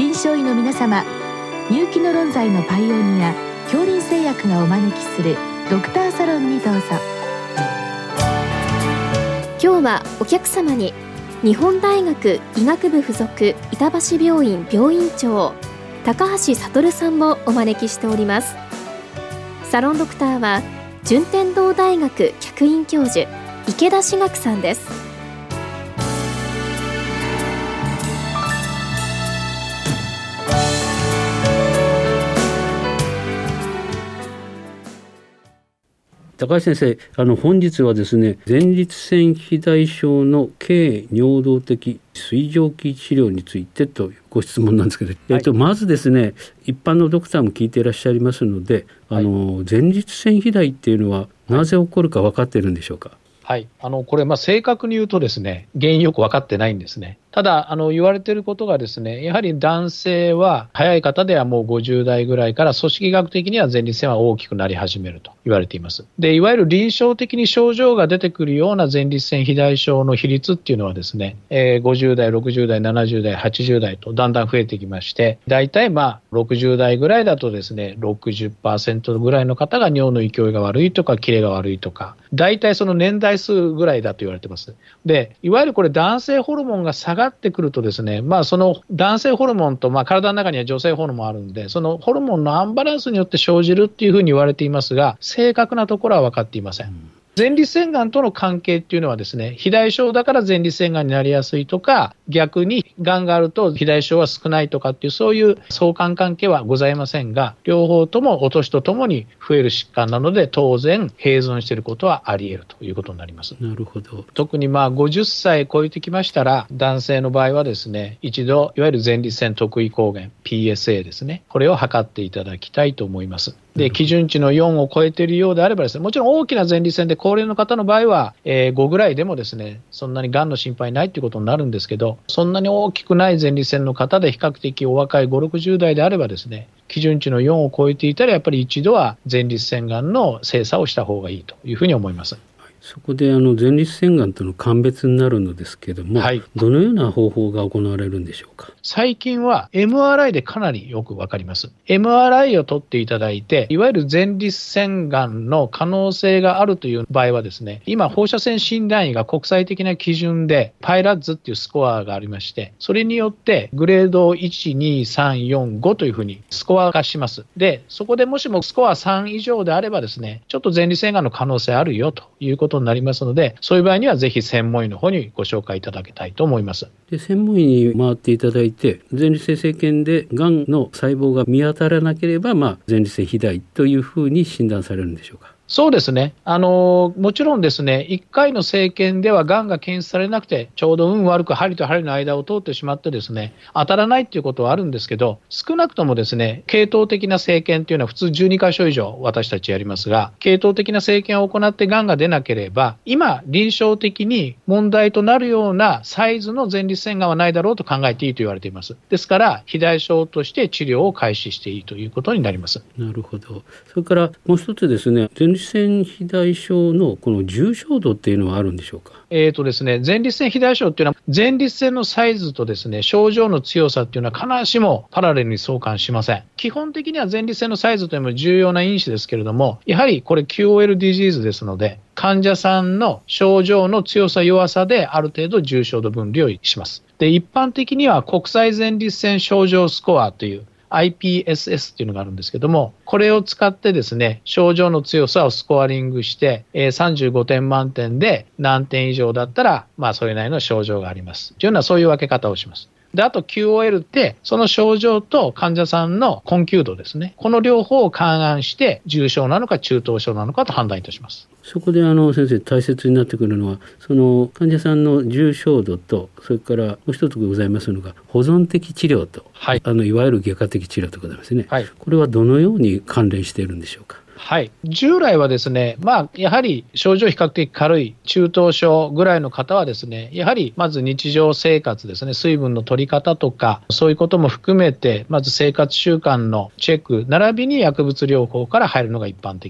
臨床医の皆様、入気の論剤のパイオニア杏林製薬がお招きするドクターサロンにどうぞ。 今日はお客様に日本大学医学部附属板橋病院病院長高橋悟さんもお招きしております。サロンドクターは順天堂大学客員教授池田志学さんです。 高橋先生、本日はですね、前立腺肥大症の経尿道的水蒸気治療についてというご質問なんですけど、まずですね、一般のドクターも聞いていらっしゃいますので、前立腺肥大っていうのはなぜ起こるか分かっているんでしょうか。 はい、これ正確に言うとですね、原因よく分かってないんですね。ただ言われていることがですね、やはり男性は早い方ではもう50代ぐらいから組織学的には前立腺は大きくなり始めると言われています。で、いわゆる臨床的に症状が出てくるような前立腺肥大症の比率っていうのはですね、50代、60代、70代、80代とだんだん増えてきまして、だいたい60代ぐらいだとですね、60% ぐらいの方が尿の勢いが悪いとかキレが悪いとか、だいたいその年代数ぐらいだと言われています。で、いわゆるこれ男性ホルモンが下がってくるとですね、その男性ホルモンと体の中には女性ホルモンあるんで、そのホルモンのアンバランスによって生じるっていうふうに言われていますが、正確なところは分かっていません。前立腺がんとの関係っていうのはですね、肥大症だから前立腺がんになりやすいとか、逆にがんがあると肥大症は少ないとかっていうそういう相関関係はございませんが、両方ともお年とともに増える疾患なので、当然併存していることはあり得るということになります。 なるほど。 特に50歳超えてきましたら、男性の場合はですね、一度いわゆる前立腺特異抗原 PSA ですね、これを測っていただきたいと思います。で、基準値の4を超えているようであればですね、もちろん大きな前立腺で高齢の方の場合は、5ぐらいでもですね、そんなにがんの心配ないということになるんですけど、そんなに大きくない前立腺の方で比較的お若い5、60代であればですね、基準値の4を超えていたらやっぱり一度は前立腺がんの精査をした方がいいというふうに思います。 そこで前立腺がんとの鑑別になるのですけども、どのような方法が行われるんでしょうか。 最近は MRI でかなりよく分かります。 MRI を取っていただいて、いわゆる前立腺がんの可能性があるという場合はですね、今放射線診断医が国際的な基準でパイラッズっていうスコアがありまして、それによってグレード1、2、3、4、5というふうにスコア化します。で、そこでもしもスコア3以上であればですね、ちょっと前立腺がんの可能性あるよということになりますので、そういう場合にはぜひ専門医の方にご紹介いただきたいと思います。 で、専門医に回っていただいて、前立腺生検でがんの細胞が見当たらなければ、前立腺肥大というふうに診断されるんでしょうか。 そうですね。もちろんですね、1回の生検ではがんが検出されなくて、ちょうど運悪く針と針の間を通ってしまってですね、当たらないっていうことはあるんですけど、少なくともですね、系統的な生検っていうのは普通12箇所以上私たちやりますが、系統的な生検を行ってがんが出なければ、今臨床的に問題となるようなサイズの前立腺がんはないだろうと考えていいと言われています。ですから、肥大症として治療を開始していいということになります。 なるほど。それからもう一つですね、前立腺肥大症のこの重症度っていうのはあるんでしょうか。 ですね、前立腺肥大症っていうのは前立腺のサイズとですね、症状の強さっていうのは必ずしもパラレルに相関しません。基本的には前立腺のサイズというのも重要な因子ですけれども、やはりこれ QOL ディジーズですので、患者さんの症状の強さ弱さである程度重症度分離をします。で、一般的には国際前立腺症状スコアというIPSS っていうのがあるんですけども、これを使ってですね、症状の強さをスコアリングして、35点満点で何点以上だったら、それなりの症状がありますというような、そういう分け方をします。で、あと QOL ってその症状と患者さんの困窮度ですね、この両方を勘案して重症なのか中等症なのかと判断いたします。 そこで先生大切になってくるのは、その患者さんの重症度と、それからもう一つございますのが保存的治療と、いわゆる外科的治療とかですね、これはどのように関連しているんでしょうか。 従来はですね、やはり症状比較的軽い中等症ぐらいの方はですね、やはりまず日常生活ですね、水分の取り方とかそういうことも含めて、まず生活習慣のチェック並びに薬物療法から入るのが一般的でした。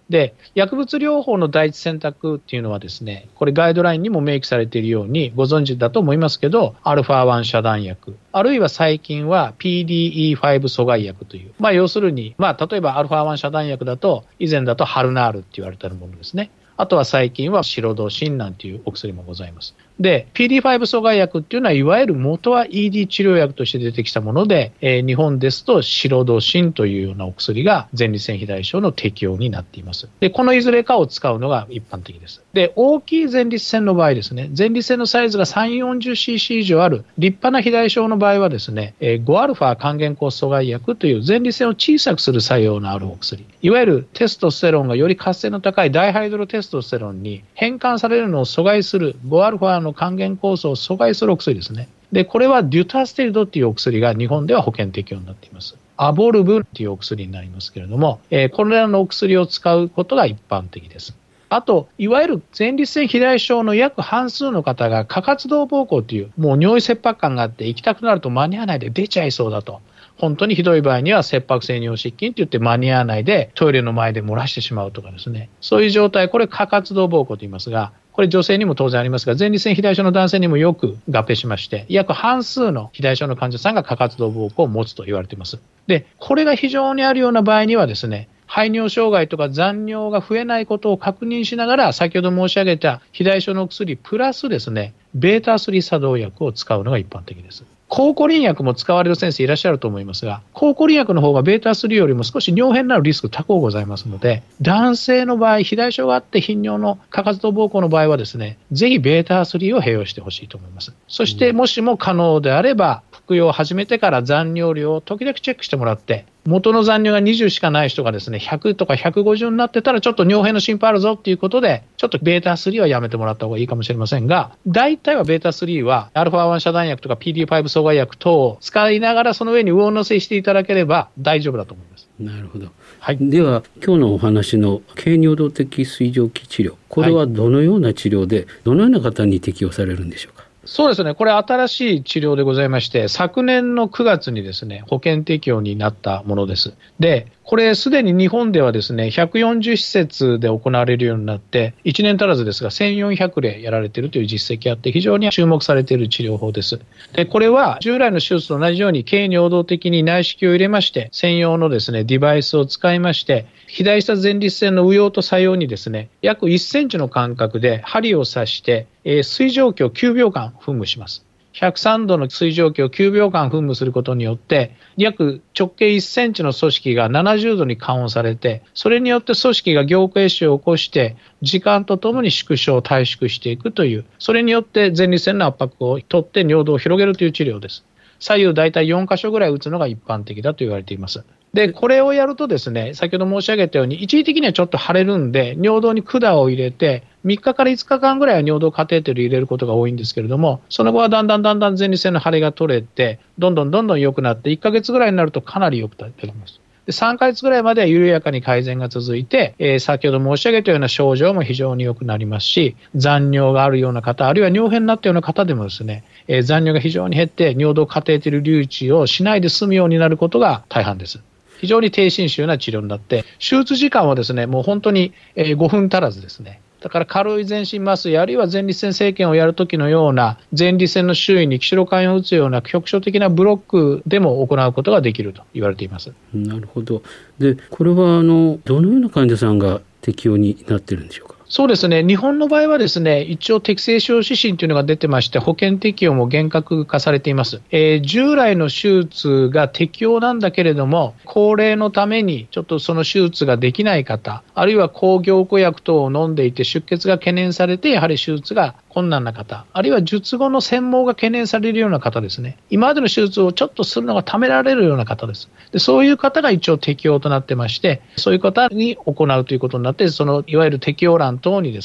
で、薬物療法の第一選択っていうのはですね、これガイドラインにも明記されているようにご存知だと思いますけど、α1 遮断薬、あるいは最近は PDE5 阻害薬という、要するに、例えば α1 遮断薬だと、以前だとハルナールって言われているものですね。あとは最近はシロドシンなんていうお薬もございます。で、PD5 阻害薬っていうのは、いわゆる元は ED 治療薬として出てきたもので、日本ですとシロドシンというようなお薬が前立腺肥大症の適用になっています。で、このいずれかを使うのが一般的です。で、大きい前立腺の場合ですね、前立腺のサイズが3、40cc 以上ある立派な肥大症の場合はですね、5α 還元酵素阻害薬という前立腺を小さくする作用のあるお薬、いわゆるテストステロンがより活性の高いダイハイドロテストステロンに変換されるのを阻害する 5α の還元酵素を阻害するお薬ですね。で、これはデュタステリドというお薬が日本では保険適用になっています。アボルブというお薬になりますけれども、これらのお薬を使うことが一般的です。あと、いわゆる前立腺肥大症の約半数の方が過活動膀胱という、もう尿意切迫感があって行きたくなると間に合わないで出ちゃいそうだと。本当にひどい場合には切迫性尿失禁といって間に合わないでトイレの前で漏らしてしまうとかですね。そういう状態、これ過活動膀胱と言いますが、これ女性にも当然ありますが、前立腺肥大症の男性にもよく合併しまして、約半数の肥大症の患者さんが過活動膀胱を持つと言われています。で、これが非常にあるような場合にはですね、排尿障害とか残尿が増えないことを確認しながら、先ほど申し上げた肥大症の薬プラスですね、ベータ3作動薬を使うのが一般的です。抗コリン薬も使われる先生いらっしゃると思いますが、抗コリン薬の方がベータ3よりも少し尿変になるリスク高くございますので、男性の場合、肥大症があって頻尿の過活動膀胱の場合はですね、ぜひベータ3を併用してほしいと思います。そしてもしも可能であれば、服用を始めてから残尿量を時々チェックしてもらって、元の残尿が20しかない人がですね、100とか150になってたらちょっと尿変の心配あるぞっていうことで、ちょっとベータ3はやめてもらった方がいいかもしれませんが、大体はベータ3は α1 遮断薬とか PD5 阻害薬等を使いながらその上に上乗せしていただければ大丈夫だと思います。 なるほど。はい、では今日のお話の経尿道的水蒸気治療、これはどのような治療で、どのような方に適用されるんでしょうか。 そうですね。これ新しい治療でございまして、昨年の9月にですね、保険適用になったものです。で、これすでに日本ではですね、140施設で行われるようになって、1年足らずですが1400例やられているという実績があって、非常に注目されている治療法です。で、これは従来の手術と同じように経尿道的に内視鏡を入れまして、専用のですね、デバイスを使いまして、肥大した前立腺の右葉と左葉にですね、約1センチの間隔で針を刺して、水蒸気を9秒間噴霧します。103度の水蒸気を9秒間噴霧することによって、約直径1センチの組織が70度に緩和されて、それによって組織が凝固壊死を起こして、時間とともに縮小、退縮していくという、それによって前立腺の圧迫を取って尿道を広げるという治療です。左右大体4箇所ぐらい打つのが一般的だと言われています。で、これをやるとですね、先ほど申し上げたように、一時的にはちょっと腫れるんで、尿道に管を入れて、3日から5日間ぐらいは尿道カテーテル入れることが多いんですけれども、その後はだんだん前立腺の腫れが取れて、どんどん良くなって、1ヶ月ぐらいになるとかなり良くなってきます。で、3ヶ月ぐらいまでは緩やかに改善が続いて、先ほど申し上げたような症状も非常に良くなりますし、残尿があるような方、あるいは尿変になったような方でもですね、残尿が非常に減って、尿道カテーテル留置をしないで済むようになることが大半です。非常に低侵襲な治療になって、手術時間はですね、もう本当に5分足らずですね。だから軽い全身麻酔、あるいは前立腺生検をやるときのような、前立腺の周囲にキシロカインを打つような局所的なブロックでも行うことができると言われています。 なるほど。で、これはどのような患者さんが適用になっているんでしょうか。 そうですね。日本の場合はですね、一応適正使用指針というのが出てまして、保険適用も厳格化されています。従来の手術が適用なんだけれども、高齢のためにちょっとその手術ができない方、あるいは抗凝固薬等を飲んでいて出血が懸念されて、やはり手術が困難な方、あるいは術後の専門が懸念されるような方ですね。今までの手術をちょっとするのがためられるような方です。で、そういう方が一応適用となってまして、そういう方に行うということになって、そのいわゆる適用欄等にですね、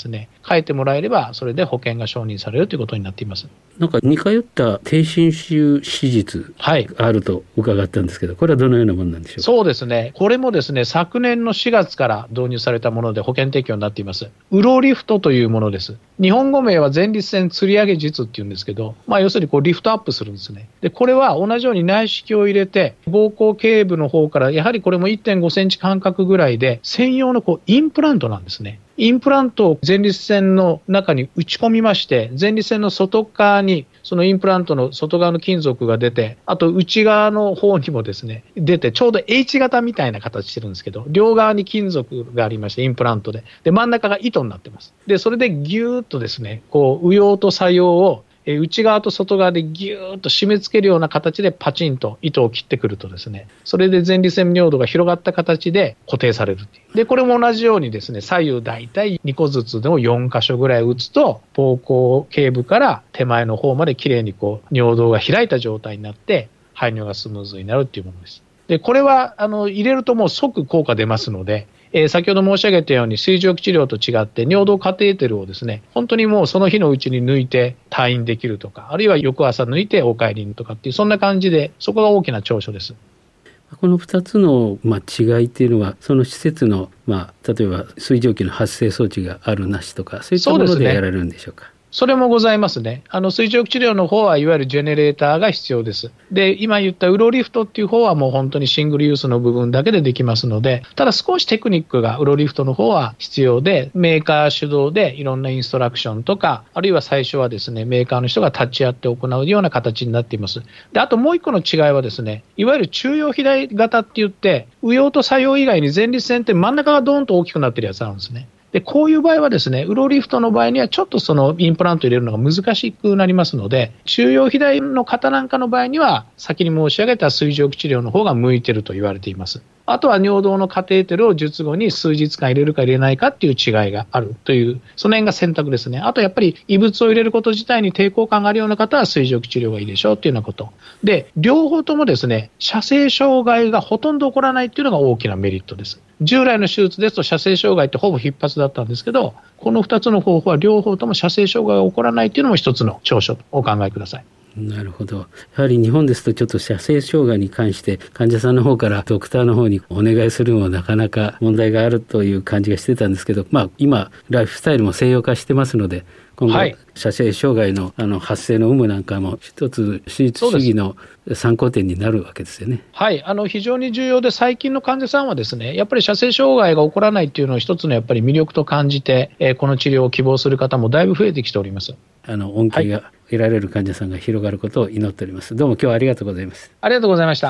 書いてもらえればそれで保険が承認されるということになっています。 なんか似通った低侵襲手術があると伺ったんですけど、これはどのようなものなんでしょうか。 そうですね、これもですね、昨年の4月から導入されたもので保険適用になっています。ウロリフトというものです。日本語名は前立腺吊り上げ術っていうんですけど、要するにこうリフトアップするんですね。でこれは同じように内視鏡を入れて膀胱頸部の方からやはりこれも 1.5 センチ間隔ぐらいで専用のこうインプラントなんですね。インプラントを前立腺の中に打ち込みまして、前立腺の外側にそのインプラントの外側の金属が出て、あと内側の方にもですね出て、ちょうど H 型みたいな形してるんですけど、両側に金属がありまして、インプラントで真ん中が糸になってます。でそれでギューッとですねこう右葉と左葉を内側と外側でギューッと締め付けるような形でパチンと糸を切ってくるとですね、それで前立腺尿道が広がった形で固定されるっていう。でこれも同じようにですね左右だいたい2個ずつでも4箇所ぐらい打つと、膀胱頸部から手前の方まできれいにこう尿道が開いた状態になって排尿がスムーズになるっていうものです。でこれは入れるともう即効果出ますので、先ほど申し上げたように水蒸気治療と違って尿道カテーテルをですね本当にもうその日のうちに抜いて退院できるとか、あるいは翌朝抜いてお帰りにとかっていう、そんな感じで、そこが大きな長所です。 この2つの違いっていうのは、その施設の例えば水蒸気の発生装置があるなしとか、そういったものでやられるんでしょうか。 それもございますね。水蒸気治療の方はいわゆるジェネレーターが必要です。で、今言ったウロリフトっていう方はもう本当にシングルユースの部分だけでできますので、ただ少しテクニックがウロリフトの方は必要で、メーカー主導でいろんなインストラクションとか、あるいは最初はですね、メーカーの人が立ち会って行うような形になっています。で、あともう一個の違いはですね、いわゆる中葉肥大型って言って、右葉と左葉以外に前立腺って真ん中がドーンと大きくなってるやつなんですね。でこういう場合はですね、ウロリフトの場合にはちょっとそのインプラントを入れるのが難しくなりますので、中葉肥大の方なんかの場合には先に申し上げた水蒸気治療の方が向いていると言われています。あとは尿道のカテーテルを術後に数日間入れるか入れないかっていう違いがあるという、その辺が選択ですね。あとやっぱり異物を入れること自体に抵抗感があるような方は水蒸気治療がいいでしょうっていうようなことで、両方ともですね射精障害がほとんど起こらないっていうのが大きなメリットです。従来の手術ですと射精障害ってほぼ必発だったんですけど、この2つの方法は両方とも射精障害が起こらないっていうのも一つの長所とお考えください。 なるほど。やはり日本ですとちょっと射精障害に関して患者さんの方からドクターの方にお願いするのもなかなか問題があるという感じがしてたんですけど、今ライフスタイルも西洋化してますので、今後、射精障害の発生の有無なんかも一つ手術主義の参考点になるわけですよね。 はい、非常に重要で、最近の患者さんはですねやっぱり射精障害が起こらないっていうのを一つのやっぱり魅力と感じて、この治療を希望する方もだいぶ増えてきております。 恩恵が得られる患者さんが広がることを祈っております。どうも今日はありがとうございます。 ありがとうございました。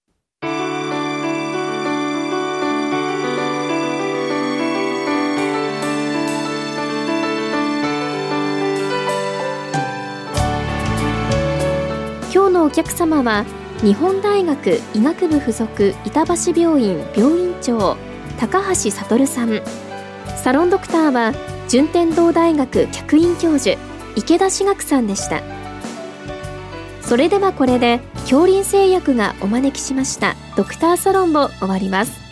今日のお客様は日本大学医学部附属板橋病院病院長高橋悟さん。サロンドクターは順天堂大学客員教授池田志学さんでした。それではこれで恐林製薬がお招きしましたドクターサロンを終わります。